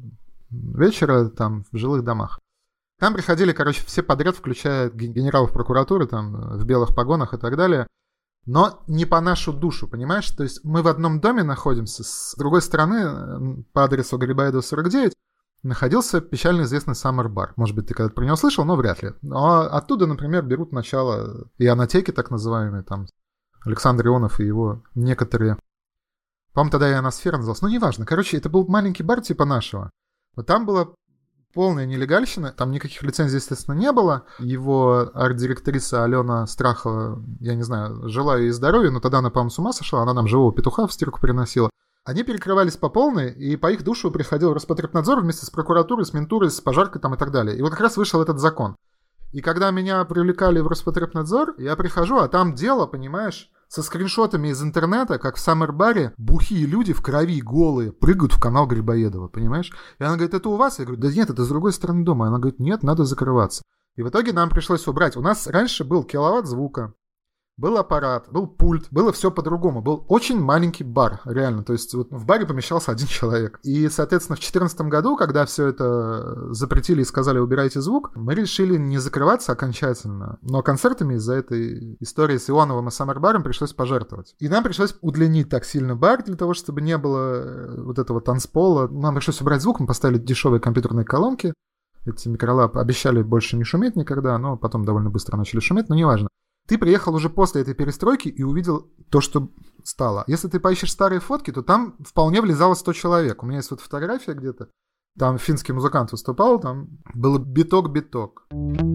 вечера там в жилых домах. Там приходили, короче, все подряд, включая генералов прокуратуры, там, в белых погонах и так далее. Но не по нашу душу, понимаешь? То есть мы в одном доме находимся. С другой стороны, по адресу Грибоедова сорок девять, находился печально известный Summer Bar. Может быть, ты когда-то про него слышал, но вряд ли. Но оттуда, например, берут начало и анотеки, так называемые, там, Александр Ионов и его некоторые... По-моему, тогда и Ионосфера назывался. Ну, неважно. Короче, это был маленький бар типа нашего. Вот там было... полная нелегальщина, там никаких лицензий, естественно, не было. Его арт-директриса Алена Страхова, я не знаю, желаю ей здоровья, но тогда она, по-моему, с ума сошла, она нам живого петуха в стирку приносила. Они перекрывались по полной, и по их душу приходил Роспотребнадзор вместе с прокуратурой, с ментурой, с пожаркой там и так далее. И вот как раз вышел этот закон. И когда меня привлекали в Роспотребнадзор, я прихожу, а там дело, понимаешь, со скриншотами из интернета, как в Саммер-баре, бухие люди в крови голые прыгают в канал Грибоедова, понимаешь? И она говорит, это у вас? Я говорю, да нет, это с другой стороны дома. Она говорит, нет, надо закрываться. И в итоге нам пришлось убрать. У нас раньше был киловатт звука, был аппарат, был пульт, было все по-другому. Был очень маленький бар, реально. То есть вот в баре помещался один человек. И, соответственно, в две тысячи четырнадцатом году, когда все это запретили и сказали, убирайте звук, мы решили не закрываться окончательно. Но концертами из-за этой истории с Ионовым и Саммер-баром пришлось пожертвовать. И нам пришлось удлинить так сильно бар для того, чтобы не было вот этого танцпола. Нам пришлось убрать звук, мы поставили дешевые компьютерные колонки. Эти микролаб обещали больше не шуметь никогда, но потом довольно быстро начали шуметь, но неважно. Ты приехал уже после этой перестройки и увидел то, что стало. Если ты поищешь старые фотки, то там вполне влезало сто человек. У меня есть вот фотография где-то. Там финский музыкант выступал, там было биток-биток.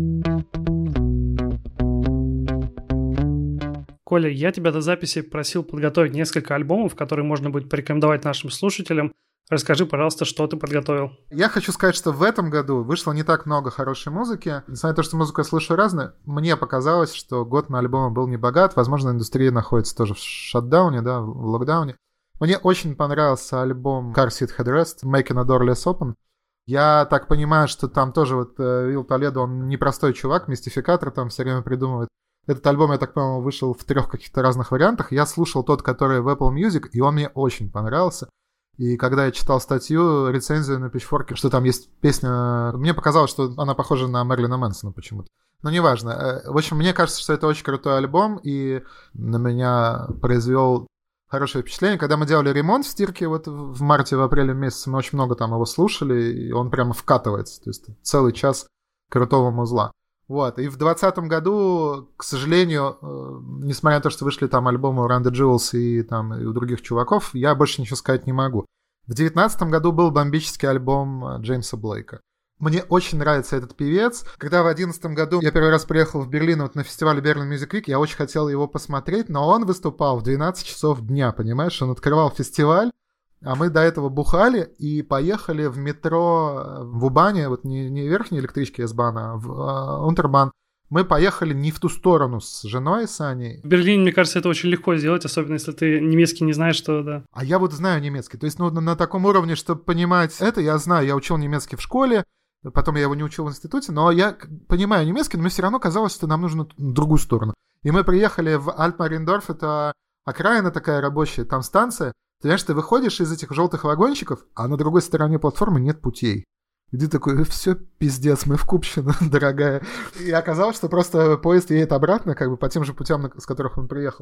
Коля, я тебя до записи просил подготовить несколько альбомов, которые можно будет порекомендовать нашим слушателям. Расскажи, пожалуйста, что ты подготовил. Я хочу сказать, что в этом году вышло не так много хорошей музыки. Несмотря на то, что музыку я слышу разную, мне показалось, что год на альбомы был не богат. Возможно, индустрия находится тоже в шатдауне, да, в локдауне. Мне очень понравился альбом Car Seat Headrest, Making a Door Less Open. Я так понимаю, что там тоже вот Вилл Толедо, он непростой чувак, мистификатор там все время придумывает. Этот альбом, я так понимаю, вышел в трех каких-то разных вариантах. Я слушал тот, который в Apple Music, и он мне очень понравился. И когда я читал статью, рецензию на Pitchfork, что там есть песня... Мне показалось, что она похожа на Мэрилина Мэнсона почему-то. Но неважно. В общем, мне кажется, что это очень крутой альбом, и на меня произвел хорошее впечатление. Когда мы делали ремонт в стирке вот в марте, в апреле месяце, мы очень много там его слушали, и он прямо вкатывается. То есть целый час крутого музла. Вот. И в двадцатом году, к сожалению, несмотря на то, что вышли там альбомы у Run the Jewels и, там, и у других чуваков, я больше ничего сказать не могу. В девятнадцатом году был бомбический альбом Джеймса Блейка. Мне очень нравится этот певец. Когда в одиннадцатом году я первый раз приехал в Берлин вот на фестивале Berlin Music Week, я очень хотел его посмотреть, но он выступал в двенадцать часов дня, понимаешь? Он открывал фестиваль, а мы до этого бухали и поехали в метро в Убане, вот не, не верхней электрички S-Bahn, а в uh, Унтербан. Мы поехали не в ту сторону с женой, с Аней. В Берлине, мне кажется, это очень легко сделать, особенно если ты немецкий не знаешь, что да. А я вот знаю немецкий. То есть ну, на, на таком уровне, чтобы понимать это, я знаю, я учил немецкий в школе, потом я его не учил в институте, но я понимаю немецкий, но мне все равно казалось, что нам нужно в другую сторону. И мы приехали в Альт-Мариендорф, это окраина такая рабочая, там станция. Ты знаешь, ты выходишь из этих желтых вагончиков, а на другой стороне платформы нет путей. И ты такой, все, пиздец, мы в Купщино, дорогая. И оказалось, что просто поезд едет обратно, как бы по тем же путям, с которых он приехал.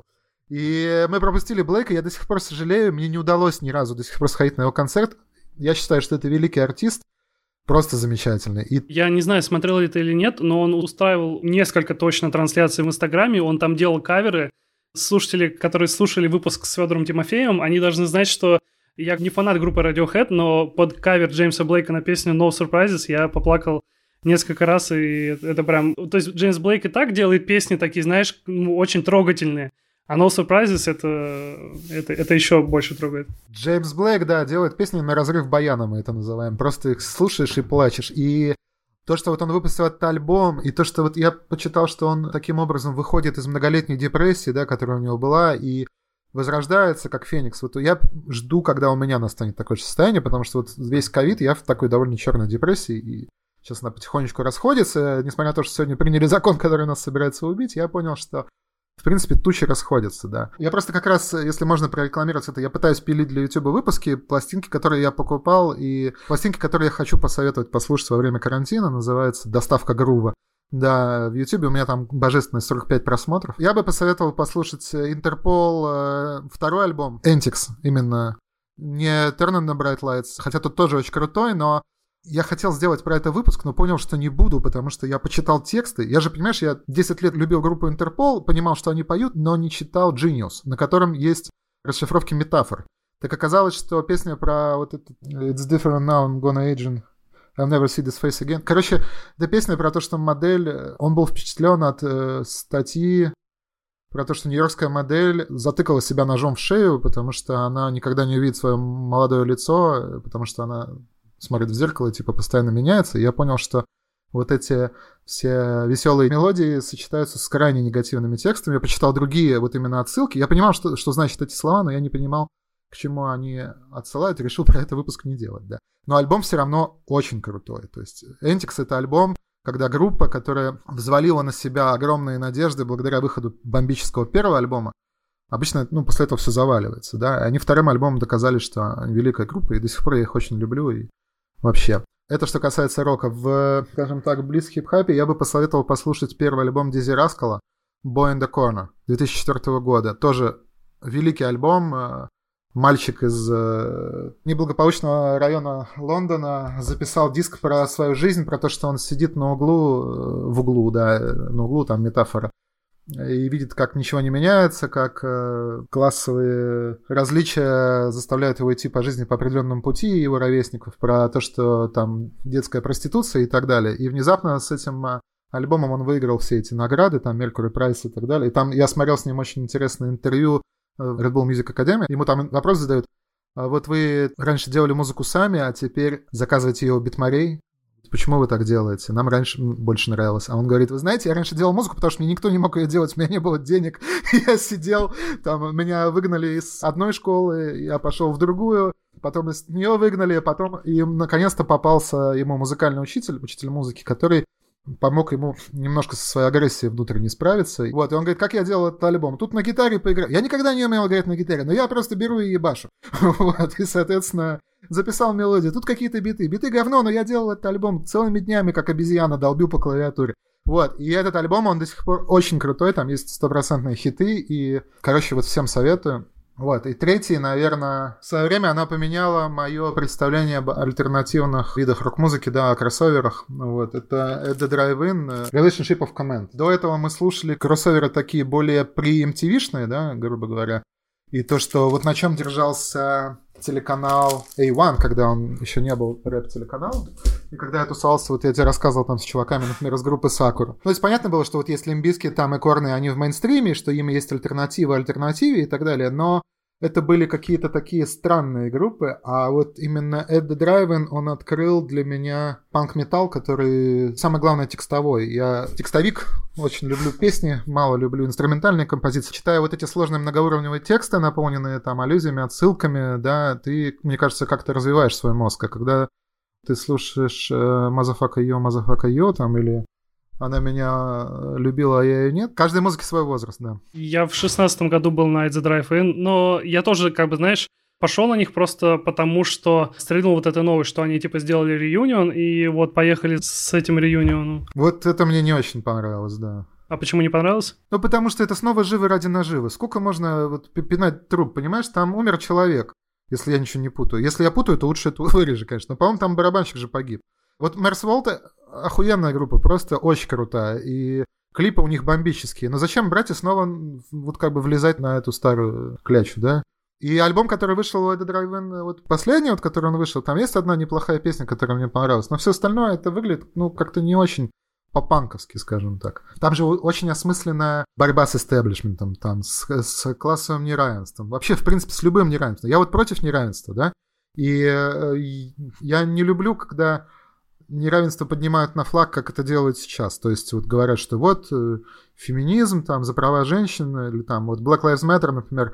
И мы пропустили Блейка, я до сих пор сожалею, мне не удалось ни разу до сих пор сходить на его концерт. Я считаю, что это великий артист, просто замечательный. И... Я не знаю, смотрел ли ты или нет, но он устраивал несколько точно трансляций в Инстаграме, он там делал каверы. Слушатели, которые слушали выпуск с Федором Тимофеевым, они должны знать, что я не фанат группы Radiohead, но под кавер Джеймса Блейка на песню No Surprises я поплакал несколько раз, и это прям... То есть Джеймс Блейк и так делает песни такие, знаешь, очень трогательные, а No Surprises это, это, это еще больше трогает. Джеймс Блейк, да, делает песни на разрыв баяна, мы это называем. Просто их слушаешь и плачешь. И то, что вот он выпустил этот альбом, и то, что вот я почитал, что он таким образом выходит из многолетней депрессии, да, которая у него была, и возрождается, как Феникс. Вот я жду, когда у меня настанет такое состояние, потому что вот весь ковид я в такой довольно черной депрессии, и сейчас она потихонечку расходится. Несмотря на то, что сегодня приняли закон, который нас собирается убить, я понял, что в принципе тучи расходятся, да. Я просто как раз, если можно прорекламировать это, я пытаюсь пилить для YouTube выпуски, пластинки, которые я покупал, и пластинки, которые я хочу посоветовать послушать во время карантина, называется «Доставка грува». Да, в YouTube у меня там божественные сорок пять просмотров. Я бы посоветовал послушать Интерпол, э, второй альбом, Antics, именно, не Turn on the Bright Lights, хотя тут тоже очень крутой, но я хотел сделать про это выпуск, но понял, что не буду, потому что я почитал тексты. Я же, понимаешь, я десять лет любил группу Интерпол, понимал, что они поют, но не читал Genius, на котором есть расшифровки метафор. Так оказалось, что песня про вот это It's different now, I'm gonna age I'll never see this face again. Короче, это песня про то, что модель... Он был впечатлен от э, статьи про то, что нью-йоркская модель затыкала себя ножом в шею, потому что она никогда не увидит свое молодое лицо, потому что она смотрит в зеркало и типа постоянно меняется. И я понял, что вот эти все веселые мелодии сочетаются с крайне негативными текстами. Я почитал другие вот именно отсылки. Я понимал, что, что значат эти слова, но я не понимал, к чему они отсылают, и решил про это выпуск не делать, да. Но альбом все равно очень крутой. То есть Antics — это альбом, когда группа, которая взвалила на себя огромные надежды благодаря выходу бомбического первого альбома, обычно, ну, после этого все заваливается, да. Они вторым альбомом доказали, что они великая группа, и до сих пор я их очень люблю, и вообще. Это что касается рока. В, скажем так, близ хип-хапе я бы посоветовал послушать первый альбом Дизи Раскала «Boy in the Corner» две тысячи четвёртого года. Тоже великий альбом. Мальчик из э, неблагополучного района Лондона записал диск про свою жизнь, про то, что он сидит на углу, э, в углу, да, на углу, там метафора, и видит, как ничего не меняется, как э, классовые различия заставляют его идти по жизни по определенному пути, его ровесников, про то, что там детская проституция и так далее. И внезапно с этим альбомом он выиграл все эти награды, там Mercury Prize и так далее. И там я смотрел с ним очень интересное интервью Red Bull Music Academy. Ему там вопрос задают: вот вы раньше делали музыку сами, а теперь заказываете ее у битмарей. Почему вы так делаете? Нам раньше больше нравилось. А он говорит: вы знаете, я раньше делал музыку, потому что мне никто не мог ее делать, у меня не было денег. Я сидел, там меня выгнали из одной школы, я пошел в другую, потом из нее выгнали, потом и наконец-то попался ему музыкальный учитель, учитель музыки, который помог ему немножко со своей агрессией внутренней справиться. Вот, и он говорит: как я делал этот альбом? Тут на гитаре поиграл. Я никогда не умел играть на гитаре, но я просто беру и ебашу. Вот, и, соответственно, записал мелодию. Тут какие-то биты. Биты говно, но я делал этот альбом целыми днями, как обезьяна, долбю по клавиатуре. Вот, и этот альбом, он до сих пор очень крутой, там есть стопроцентные хиты, и, короче, вот всем советую. Вот, и третий, наверное, в свое время она поменяла мое представление об альтернативных видах рок-музыки, да, о кроссоверах. Вот, это At the Drive-In, Relationship of Command. До этого мы слушали кроссоверы такие более при-эм ти ви-шные, да, грубо говоря. И то, что вот на чем держался телеканал эй один, когда он еще не был рэп-телеканалом, и когда я тусовался, вот я тебе рассказывал там с чуваками, например, из группы Сакура. Ну, то есть понятно было, что вот есть Limp Bizkit, там и Корни, они в мейнстриме, что им есть альтернатива альтернативе и так далее, но это были какие-то такие странные группы, а вот именно At the Drive-In он открыл для меня панк-металл, который, самое главное, текстовой. Я текстовик, очень люблю песни, мало люблю инструментальные композиции. Читая вот эти сложные многоуровневые тексты, наполненные там аллюзиями, отсылками, да, ты, мне кажется, как-то развиваешь свой мозг. А когда ты слушаешь «Мазафака Йо, Мазафака Йо» там или «Она меня любила, а я ее нет». Каждой музыке свой возраст, да. Я в шестнадцатом году был на At the Drive-In, но я тоже, как бы, знаешь, пошел на них просто потому, что стрельнул вот этой новость, что они типа сделали реюнион, и вот поехали с этим реюнионом. Вот это мне не очень понравилось, да. А почему не понравилось? Ну, потому что это снова живы ради наживы. Сколько можно вот пинать труп, понимаешь? Там умер человек, если я ничего не путаю. Если я путаю, то лучше это вырежи, конечно. Но, по-моему, там барабанщик же погиб. Вот Мерс Волта охуенная группа, просто очень крутая. И клипы у них бомбические. Но зачем брать и снова вот как бы влезать на эту старую клячу, да? И альбом, который вышел у Эда Драйв-Ин, вот последний, вот, который он вышел, там есть одна неплохая песня, которая мне понравилась. Но все остальное это выглядит, ну, как-то не очень по-панковски, скажем так. Там же очень осмысленная борьба с истеблишментом, там, с, с классовым неравенством. Вообще, в принципе, с любым неравенством. Я вот против неравенства, да? И, и я не люблю, когда неравенство поднимают на флаг, как это делают сейчас. То есть вот говорят, что вот феминизм, там, за права женщин, или там вот Black Lives Matter, например.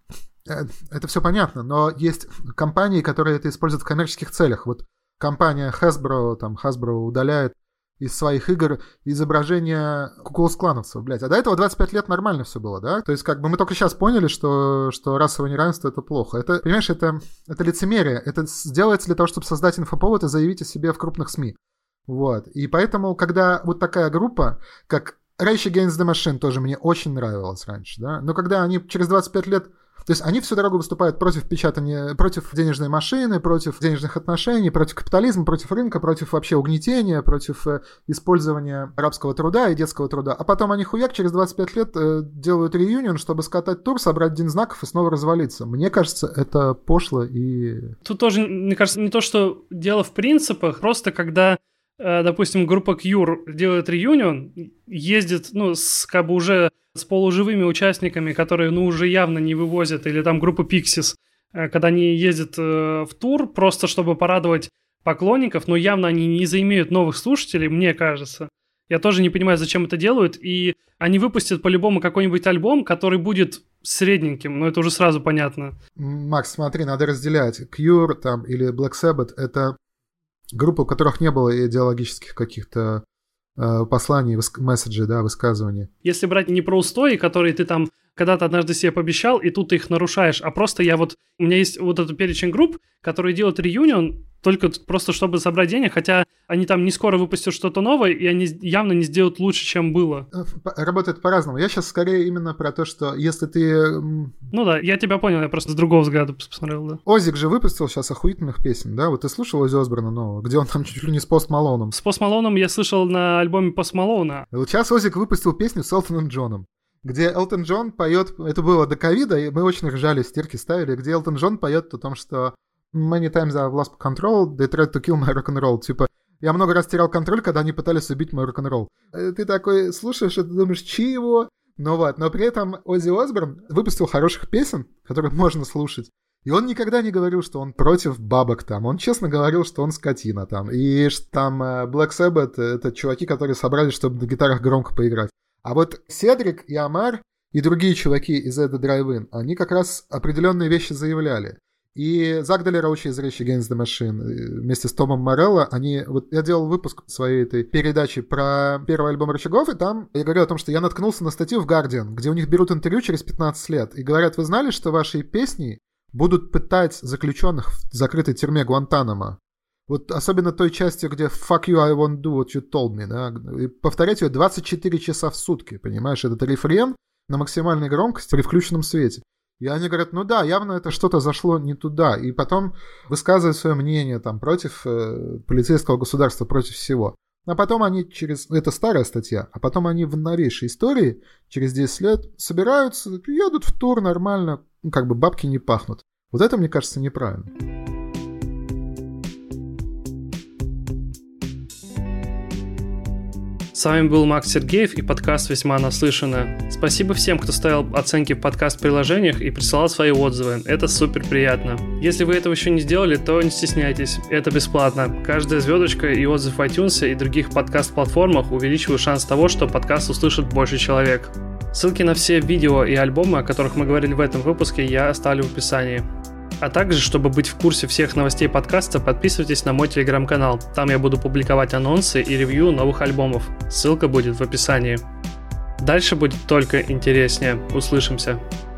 Это все понятно, но есть компании, которые это используют в коммерческих целях. Вот компания Hasbro, там, Hasbro удаляет из своих игр изображение куклус-клановцев, блядь. А до этого двадцать пять лет нормально все было, да? То есть как бы мы только сейчас поняли, что, что расовое неравенство — это плохо. Это, понимаешь, это, это лицемерие. Это делается для того, чтобы создать инфоповод и заявить о себе в крупных СМИ. Вот. И поэтому, когда вот такая группа, как Rage Against the Machine, тоже мне очень нравилась раньше, да? Но когда они через двадцать пять лет... То есть они всю дорогу выступают против печатания, против денежной машины, против денежных отношений, против капитализма, против рынка, против вообще угнетения, против э, использования рабского труда и детского труда. А потом они хуяк через двадцать пять лет э, делают реюнион, чтобы скатать тур, собрать день знаков и снова развалиться. Мне кажется, это пошло и... Тут тоже, мне кажется, не то, что дело в принципах, просто когда... допустим, группа Cure делает реюнион, ездит, ну, с, как бы уже с полуживыми участниками, которые, ну, уже явно не вывозят, или там группа Pixies, когда они ездят э, в тур, просто чтобы порадовать поклонников, но явно они не заимеют новых слушателей, мне кажется. Я тоже не понимаю, зачем это делают, и они выпустят по-любому какой-нибудь альбом, который будет средненьким, но это уже сразу понятно. Макс, смотри, надо разделять. Cure там или Black Sabbath — это группы, у которых не было идеологических каких-то э, посланий, выс- месседжей, да, высказываний. Если брать не про устои, которые ты там когда-то однажды себе пообещал, и тут ты их нарушаешь, а просто я вот... У меня есть вот этот перечень групп, которые делают реюнион только просто чтобы собрать денег, хотя они там не скоро выпустят что-то новое, и они явно не сделают лучше, чем было. Работает по-разному. Я сейчас скорее именно про то, что если ты... Ну да, я тебя понял, я просто с другого взгляда посмотрел, да. Озик же выпустил сейчас охуительных песен, да? Вот ты слушал Оззи Осборна нового, где он там чуть ли не с Пост Малоном? С Пост Малоном я слышал на альбоме Пост Малона. Вот сейчас Озик выпустил песню с Элтоном Джоном, где Элтон Джон поет, это было до ковида, и мы очень ржали, стирки ставили, где Элтон Джон поет о том, что many times I've lost control, they tried to kill my rock and roll. Типа, я много раз терял контроль, когда они пытались убить мой рок-н-ролл. Ты такой слушаешь, и ты думаешь, чего? Ну вот, но при этом Оззи Осборн выпустил хороших песен, которые можно слушать. И он никогда не говорил, что он против бабок там. Он честно говорил, что он скотина там. И что там Black Sabbath — это чуваки, которые собрались, чтобы на гитарах громко поиграть. А вот Седрик и Амар и другие чуваки из Эда Драйв-Ин, они как раз определенные вещи заявляли. И Зак Де Ла Роуча из Rage Against the Machine вместе с Томом Морелло, они... Вот я делал выпуск своей этой передачи про первый альбом Рычагов, и там я говорил о том, что я наткнулся на статью в Guardian, где у них берут интервью через пятнадцать лет, и говорят, вы знали, что ваши песни будут пытать заключенных в закрытой тюрьме Гуантанамо? Вот особенно той части, где «Fuck you, I won't do what you told me», да? И повторять ее двадцать четыре часа в сутки, понимаешь? Этот рефрен на максимальной громкости при включенном свете. И они говорят, ну да, явно это что-то зашло не туда. И потом высказывают свое мнение там, против э, полицейского государства, против всего. А потом они через... Это старая статья. А потом они в новейшей истории через десять лет собираются, едут в тур нормально, ну, как бы бабки не пахнут. Вот это, мне кажется, неправильно. С вами был Макс Сергеев и подкаст «Весьма наслышано». Спасибо всем, кто ставил оценки в подкаст-приложениях и присылал свои отзывы. Это супер приятно. Если вы этого еще не сделали, то не стесняйтесь. Это бесплатно. Каждая звездочка и отзыв в iTunes и других подкаст-платформах увеличивают шанс того, что подкаст услышит больше человек. Ссылки на все видео и альбомы, о которых мы говорили в этом выпуске, я оставлю в описании. А также, чтобы быть в курсе всех новостей подкаста, подписывайтесь на мой телеграм-канал. Там я буду публиковать анонсы и ревью новых альбомов. Ссылка будет в описании. Дальше будет только интереснее. Услышимся.